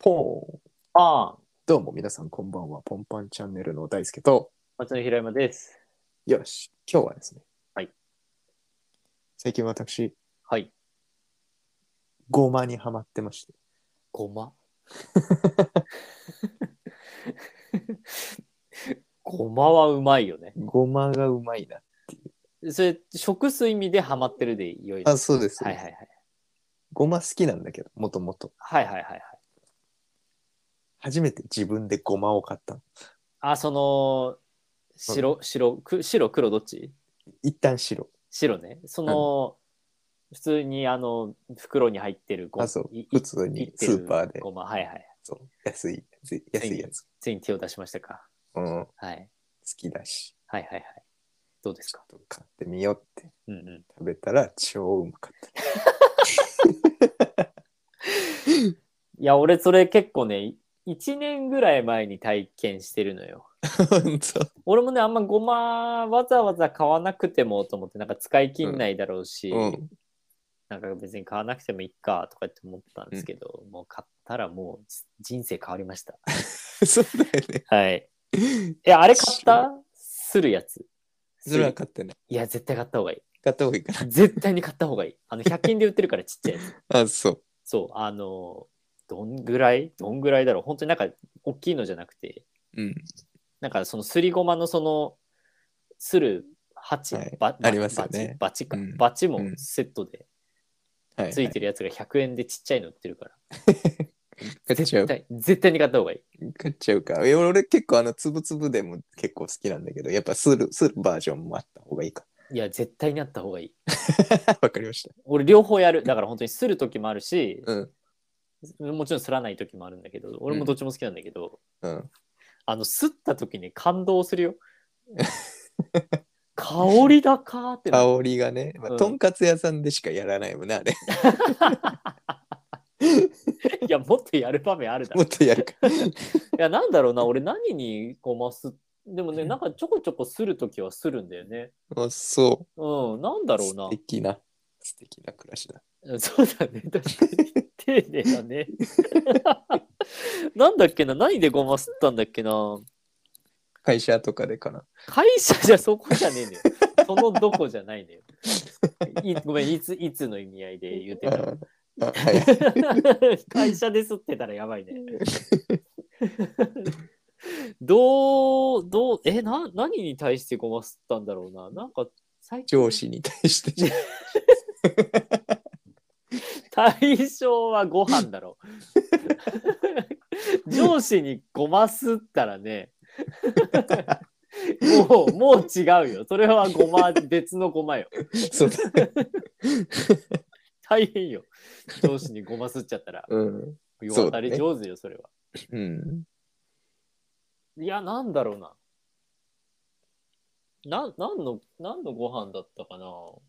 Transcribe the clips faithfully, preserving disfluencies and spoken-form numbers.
ポーン。 ああ、 どうも皆さんこんばんは。ポンパンチャンネルの大輔と、 松野平山です。 よし、今日はですね、 はい。 最近私、 はい。 ごまにハマってまして。 ごまごまはうまいよね。 ごまがうまいな。 それ、食す意味でハマってるで良いの。 あ、そうです。そうですはいはいはい。 ごま好きなんだけど、もともと。 はいはいはいはい。 初めて自分でごまを買ったの。 あ、その、白、白、く白、黒どっち？ 一旦白。 白ね。そうん。 の、普通にあの、袋に入ってるあ、 ご、 そう。 い、い、 普通いっにスーてるパーで、 ごま。はいはい。 そう。安い、安いついに、 安いやつ。 ついに手を出しましたか。 うん。好はい。 きだし、 はいはいはい。どうですちょか？ っと買ってみようってうんうん。 食べたら超うまかった。 いや、俺それ結構ね、いちねんぐらい前に体験してるのよ。 本当。 俺もね、あんまごまわざわざ買わなくてもと思って、なんか使い切んないだろうし、 うん。 なんか別に買わなくてもいいかとかって思ったんでうん。 すけど、もう買ったらもう人生変わりました。 そうだよね。 はい。え、あれ買ったするやつ。 それは買ってない。 いや、絶対買った方がいい。 買った方がいいかな。 絶対に買った方がいい。あの、ひゃく均で売ってるからちっちゃいやつ。 あ、そう。 そう、あの、どんぐらいどんぐらいだろう。本当になんか、大きいのじゃなくて、 うん。 なんかそのすりごまのその、する鉢、 はい。 ばばありますよバチね。 バチか。 うん。 バチもうん。 セットではいはい。 ついてるやつがひゃくえんでちっちゃいの売ってるから。 買っちゃう。 絶対、絶対に買った方がいい。 買っちゃうか。いや俺結構あの、つぶつぶでも結構好きなんだけど、やっぱする、するバージョンもあった方がいいか。 いや、絶対にあった方がいい。 わかりました。 俺、両方やる。だから本当にする時もあるし、 うん。 もちろんすらない時もあるんだけど、俺もどっうん。 ちも好きなんだけど、 うん。 あの、すった時に感動するよ。香り高ってなる。 香りがね、まあ、 うん。 とんかつ屋さんでしかやらないもんね、あれ。 いや、もっとやる場面あるだろ。 もっとやるか。 いや、なんだろうな、俺何にごますでもね、なんかちょこちょこするときはするんだよね。 あ、そうん、なんだう。素ろうな。 敵な、素敵な暮らしだ。 うんそうだね、確かに。丁寧だね。なんだっけな、何でごますったんだっけな。 会社とかでかな。 会社じゃそこじゃねえのよ。そのどこじゃないのよ。いごめん、いつ、いつの意味合いで言ってたの。 ああ、はい。 会社で吸ってたらやばいね。どう、どう、え、な、何に対してごますったんだろうな。なんか、最近、 上司に対して対象はご飯だろう。上司にごますったらね、もう、もう違うよ。それはごま、別のごまよ。 そうだ。 大変よ。上司にごますっちゃったら。 うん。 世渡そうだね。 り上手よ、それは。 うん。 いや、なんだろうな。な、なんの、なんのご飯だったかな。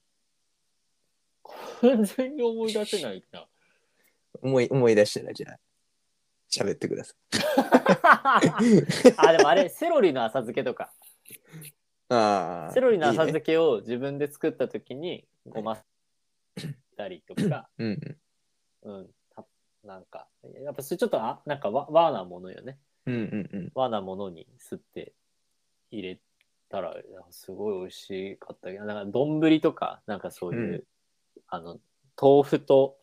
完全に思い出せないな。 思い、思い出したらじゃあ、喋ってくださあ、でもあれ、セロリの浅漬けとか。 い。ああ、 セロリの浅いいね。 漬けを自分で作った時にごまったりとか、 うん。 うん、たなんか、やっぱそれちょっとあ、なんか和和なものよね。 うんうんうん。 和なものにすって入れたら、すごい美味しかったけど、なんか丼とか、なんかそういう、 うんあの、豆腐と、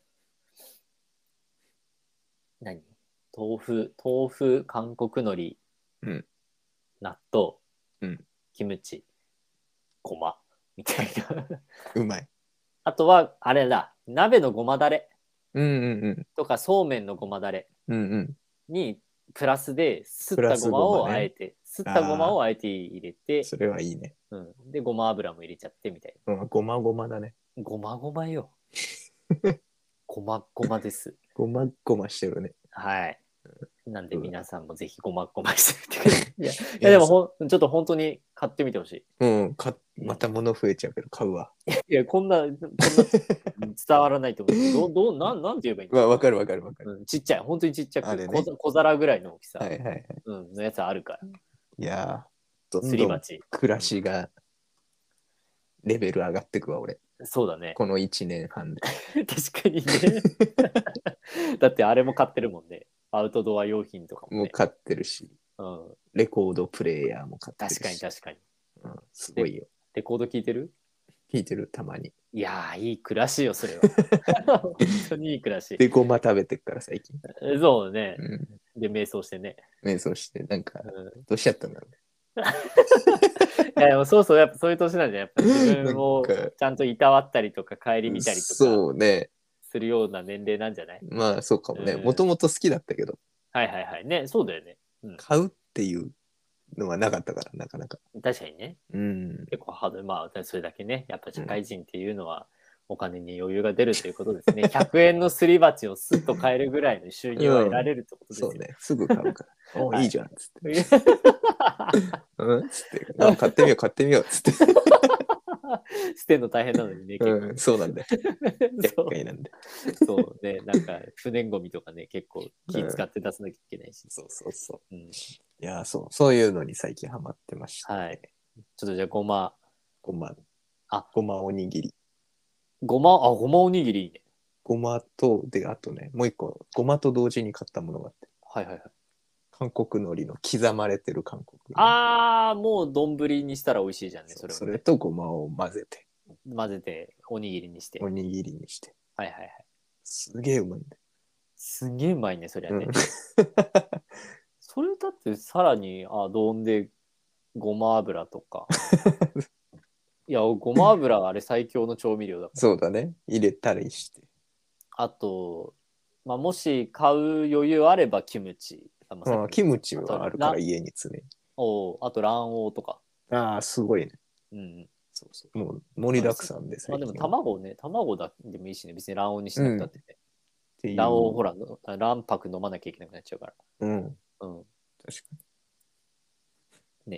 何豆腐、豆腐、韓国海苔、 うん。 納豆、 うん。 キムチ、ごま、みたいな。 うまい。 あとは、あれだ、鍋のごまだれうんうんうん。 とか、そうめんのごまだれうんうん。 に、プラスで、すったごプラスまをあえごまね。 て、すったごまああ、 をあえて入れて、 それはいいね。 うん、で、ごま油も入れちゃってみたいうん、ごまごまだね。 な。ごまごまよ。ごまごまです。 ごまごましてるね。 はい。なんでうわ皆さんもぜひごまごましてみてください。いや、いいや、 やでもそほん、ちょっと本当に買ってみてほしい。 うんか、また物増えちゃうけど、買うわ。 いや、こんな、こんな伝わらないと思うけど、どう、どう、なん、なんて言えばいいのわ、 かわかるわかるわかな。 る。 うん、ちっちゃい、本当にちっちゃく、 あれね。 小ざ小皿ぐらいの大きさ、 はいはいはい。 うん、のやつあるから。 いやー、どすんどんり鉢。 暮らしがレベル上がってくわ、俺。 そうだね。 このいちねんはんで。 確かにね。だってあれも買ってるもんね。 アウトドア用品とかもね。 もう買ってるし、 うん、 レコードプレイヤーも買ってるし。 確かに確かに。 うん、すごいよ。 レコード聞いてる？ 聞いてる、たまに。 いやー、いい暮らしよ、それは。本当にいい暮らし。 で、ごま食べてっから最近。 そうね。 うん。 で、瞑想してね。 瞑想して、なんか、 うん、 どうしちゃったんだろうね。 いやでもそうそう、やっぱそういう年なんじゃん。やっぱ自分をなんかちゃんといたわったりとか、顧みたりとかそうね。 するような年齢なんじゃない？ まあ、そうかもね。 うんもともと好きだったけど、 はいはいはい。ね、そうだよね。うん。 買うっていうのはなかったから、なかなか。 確かにね。 うん。 結構ハードル、まあ、それだけね、やっぱ社会人っていうのはお金に余裕が出るということですね。ひゃくえんのすり鉢をスッと買えるぐらいの収入は得られるってことですよ。 そうね。すぐ買うから。お、 はいいいじゃん。つって。うんつって。あ、買ってみよう、買ってみよう。つって。 捨てるの大変なのにね、結構。 うん、そうなんだよ。厄そう介なんで。 そうね、なんか不燃ゴミとかね、結構気使って出さなきゃいけないし。 そうそうそう。 うん、 いや、そう。そういうのに最近ハマってました、ね。 はい。ちょっとじゃあごま。 ごま。 あ、 ごまおにぎり。 ごま、あ、ごまおにぎりいいね。 ごまと、で、あとね、もう一個、ごまと同時に買ったものがあって。 はいはいはい。 韓国海苔の刻まれてる韓国海苔。 あー、もう丼にしたら美味しいじゃんね、それは、ね。 それとごまを混ぜて。 混ぜて、おにぎりにして。 おにぎりにして。 はいはいはい。 すげえうまいんだよ。 すげえうまいね、そりゃね。 うん、 それだってさらに、あ、丼でごま油とか。いや、ごま油あれ最強の調味料だから。 そうだね。入れたりして。 あと、まあ、もし買う余裕あればキムチ。あ、まあ、さっきあもキムチあとはあるからラ家に常に。 おあと卵黄とか。 ああ、すごいね。 うん。 そうそう。もう盛りだくさんでまあでも最近は。 卵ね、卵だでもいいしね、別に卵黄にしなくたってね。 っていう。 卵黄ほら、卵白飲まなきゃいけなくなっちゃうから。 うん。 うん。 確かね。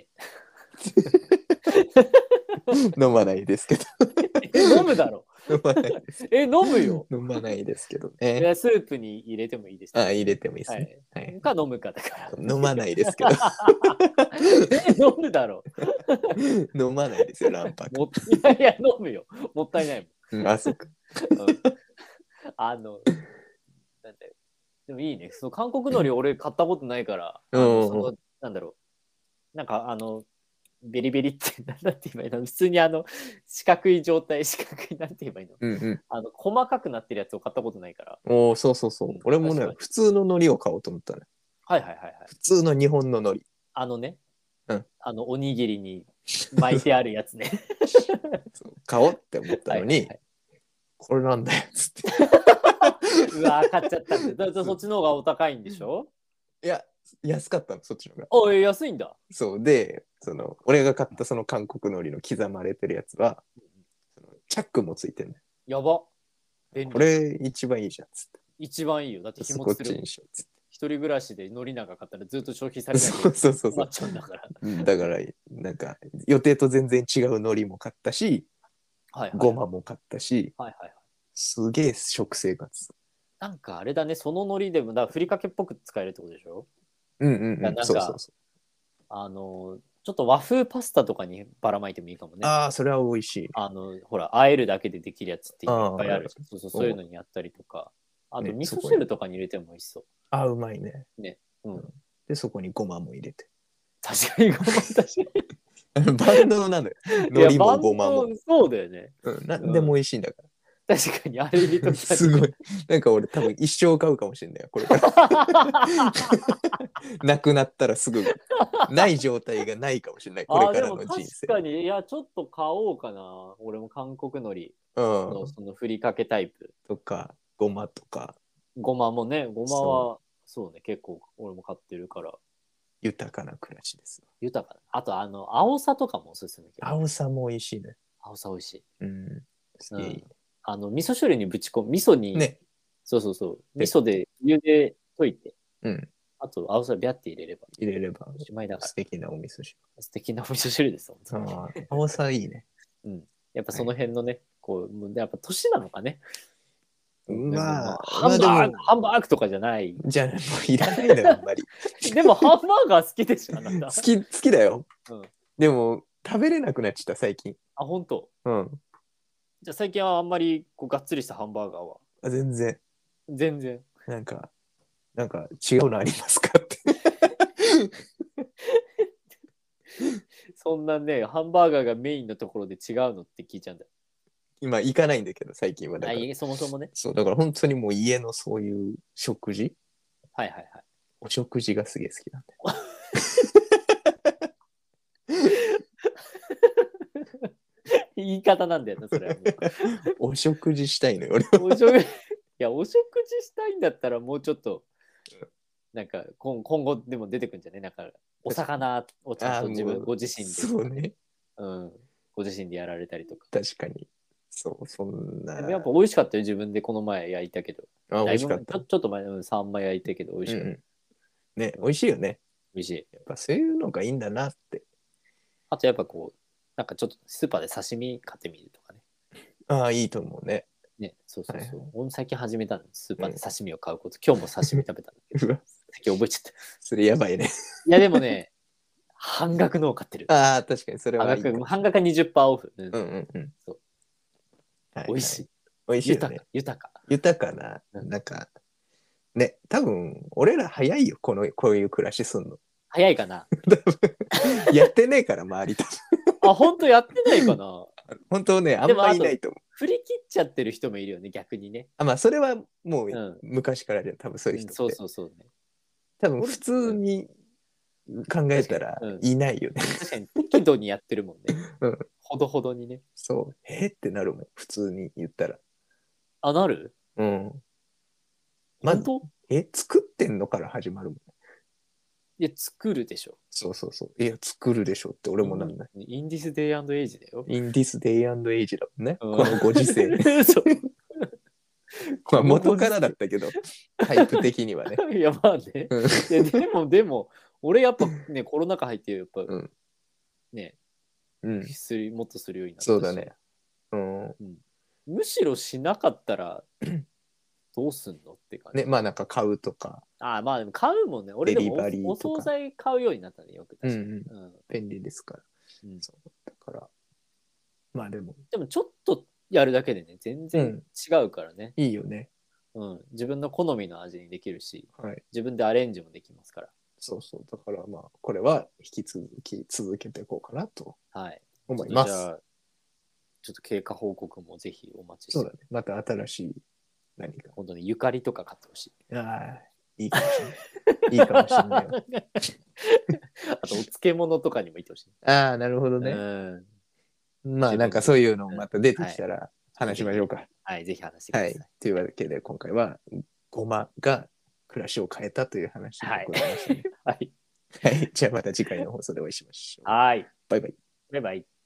に。飲まないですけど。 え、飲むだろ。 飲まないです。 え、飲むよ。 飲まないですけどいね。 やスープに入れてもいいです、 ああ、入れてもいいですはね。 い。 はい。 か飲むかだから。 飲まないですけど。 え、飲むだろ。 飲まないですよ、卵白。 もいやいや、飲むよ。もったいないもん。 うんあ、そうか。 うん、あの、なんだよ。でもいいね。その韓国海苔俺買ったことないから、あの、その、なんだろう。なんかあの、ベリベリって、なんだって言えばいいの普通にあの、四角い状態、四角い、なんて言えばいいのうんうん。 あの、細かくなってるやつを買ったことないから。 おーそうそうそう。 うん俺もね確かに、 普通の海苔を買おうと思ったね。 はいはいはいはい。 普通の日本の海苔。 あのね、 うんあの、おにぎりに巻いてあるやつね。 そう買おうって思ったのに、 はいはいはいこれなんだよ、つって。 うわー、買っちゃったんで。だだそっちの方がお高いんでしょいや、安かったの、そっちの方が。 おい、安いんだ。 そうで、その、俺が買ったその韓国海苔の刻まれてるやつは、そのチャックもついてんね。 やば。便利これ一番いいじゃん、つって。 一番いいよ。だって日そこっ持ちするもん。 ちにしよう、つって。 一人暮らしで海苔なんか買ったらずっと消費されないそうそうそうそう困っちゃうんだから。 うん。だから、なんか、予定と全然違う海苔も買ったし、 はいはい。 ごまも買ったし、 はいはいはい。 すげえ食生活。 なんかあれだね、その海苔でも、だからふりかけっぽく使えるってことでしょ？ うんうんうん。 なんかそうそうそう。 あの、ちょっと和風パスタとかにばらまいてもいいかもね。 ああ、それは美味しい。 あの、ほら、和えるだけでできるやつっていっぱいあるじゃん。 あーそうそう、そういうのにやったりとか。あと、 ね味噌そこに汁とかに入れても美味しそああ、うまいね。 う。ね。うん。 で、そこにごまも入れて。 確かにごま、確かに。 万能なのよ。海いや、 苔も万ごまも。 能、そうだよね。 うん、なんでも美味しいんだか確かに、あれ入れとら。 きたすごい。なんか俺多分一生買うかもしれないよ、これから。なくなったらすぐ。ない状態がないかもしれない、これあ、 からでも確の人生。 かに、いや、ちょっと買おうかな。俺も韓国海苔うん。 のそのふりかけタイプ。 とか、ごまとか、 ごまもね、ごまそは、そうね、結構俺も買ってるから、 豊かな暮らしです。 豊かな。あと、あの、青さとかもおすすめ。 青さも美味しいね。 青さ美味しい。 うん。すげえいいね。 あの、味噌汁にぶち込む、味噌に、 ね。 そうそうそう、 で味噌で、湯で溶いて、 うん。 あと、青さビャって入れれば、 入れればおしまいだから素。敵なお味噌汁。 素敵なお味噌汁です、本当に。 ああ、青さいいね。 うん。やっぱその辺のね、こう、もうやっぱ年なのかね。 まあ、 ハンバーグ、 まあでもハンバーグとかじゃない。 じゃあ、もういらないのよ、あんまり。 でも、ハンバーガー好きでしょ、あなた。 好き、好きだよ。 うん。 でも、食べれなくなっちゃった、最近。 あ、本当。 うん。 じゃあ最近はあんまりこうがっつりしたハンバーガーはあ全然。 全然。 なんか、 なんか違うのありますかって。 そんなね、ハンバーガーがメインのところで違うのって聞いちゃうんだよ。 今行かないんだけど、最近はだから。 あいえそもそもね。 そう、だから本当にもう家のそういう食事、 はいはいはい。 お食事がすげえ好きなんだよ。 言い方なんだよな、それはもお食事したいのよ、俺う。お食いや、お食事したいんだったらもうちょっと、なんか今今後でも出てくるんじゃないなんか、お魚をちゃんと自分、ご自身で。 そうね。 うん。ご自身でやられたりとか。 確かに。そう、そんな。 でもやっぱ美味しかったよ、自分でこの前焼いたけど。 あ、美味しかったちょ。ちょっと前、うん、さんまい焼いたけど美味しかった。 うんうん、ね、美味しいよね。 美味しい。 やっぱそういうのがいいんだなって。 あとやっぱこう、なんかちょっとスーパーで刺身買ってみるとかね。 ああ、いいと思うね。 ね、そうそうそう。 はいはい、 俺最近始めたの、スーパーで刺身を買うこと。今日も刺身食べたんだけど、 うわ、 最近覚えちゃった。 それやばいね。 いやでもね、半額のを買ってる。 ああ、確かにそれはいいかもしれない。 半額がにじゅっパーセントオフ。うんうんうんうん。 そう。 はいはい、 美味しい。 美味しいよね。 豊か。 豊かな、 うんなんか、ね、多分、俺ら早いよ、この、こういう暮らしすんの。 早いかな。 やってねえから、周りと。 あ、本当やってないかな。 本当ね、あんまいないと思う。 振り切っちゃってる人もいるよね、逆にね。 あ、まあ、それはもううん昔からで、多分そういう人って。 そうそうそうね。 多分、普通に考えたらいないよね。 確かに、適度にやってるもんね。 うん。 ほどほどにね。 そう。えってなるもん、普通に言ったら。 あ、なるうん。まず、 本当え、作ってんのから始まるもん。 いや、作るでしょ。 そうそうそう。いや、作るでしょって俺もなんない。 インディスデイエイジだよ。 インディスデイエイジだもんね。 うんこのご時世。 そうまあ元からだったけど、タイプ的にはね。 いや、まあね。 うんいや、でも、でも、俺やっぱね、コロナ禍入って、やっぱ、 うんね、 うん。 するもっとするようになったしそうだね。うん。 むしろしなかったら、どうすんのって感じ。 ね、まあなんか買うとか、 ああ、まあでも買うもんね。俺でもデリバリーお、おとか惣菜買うようになったね、よく確かに。 うんうん便利ですから。 うんそうだから、まあでも、 でもちょっとやるだけでね、全然違うからね。 いいよね。 うん、自分の好みの味にできるし、 はい。 自分でアレンジもできますから。 そうそう。だからまあ、これは引き続き続けていこうかなとはい。 思います。 じゃあ、ちょっと経過報告もぜひお待ちして。 そうだね。また新しい何か。 本当にゆかりとか買ってほしい。 ああ、いいかもしれない。いいかもしれないよ。 あと、お漬物とかにもいてほしい。 ああ、なるほどね。 うん。 まあなんかそういうのまた出てきたら話しましょうか。 はい、ぜひ話してください。 はい。というわけで今回はごまが暮らしを変えたという話でございましたね。 はい。 はい。じゃあまた次回の放送でお会いしましょう。 はい。 バイバイ。 バイバイ。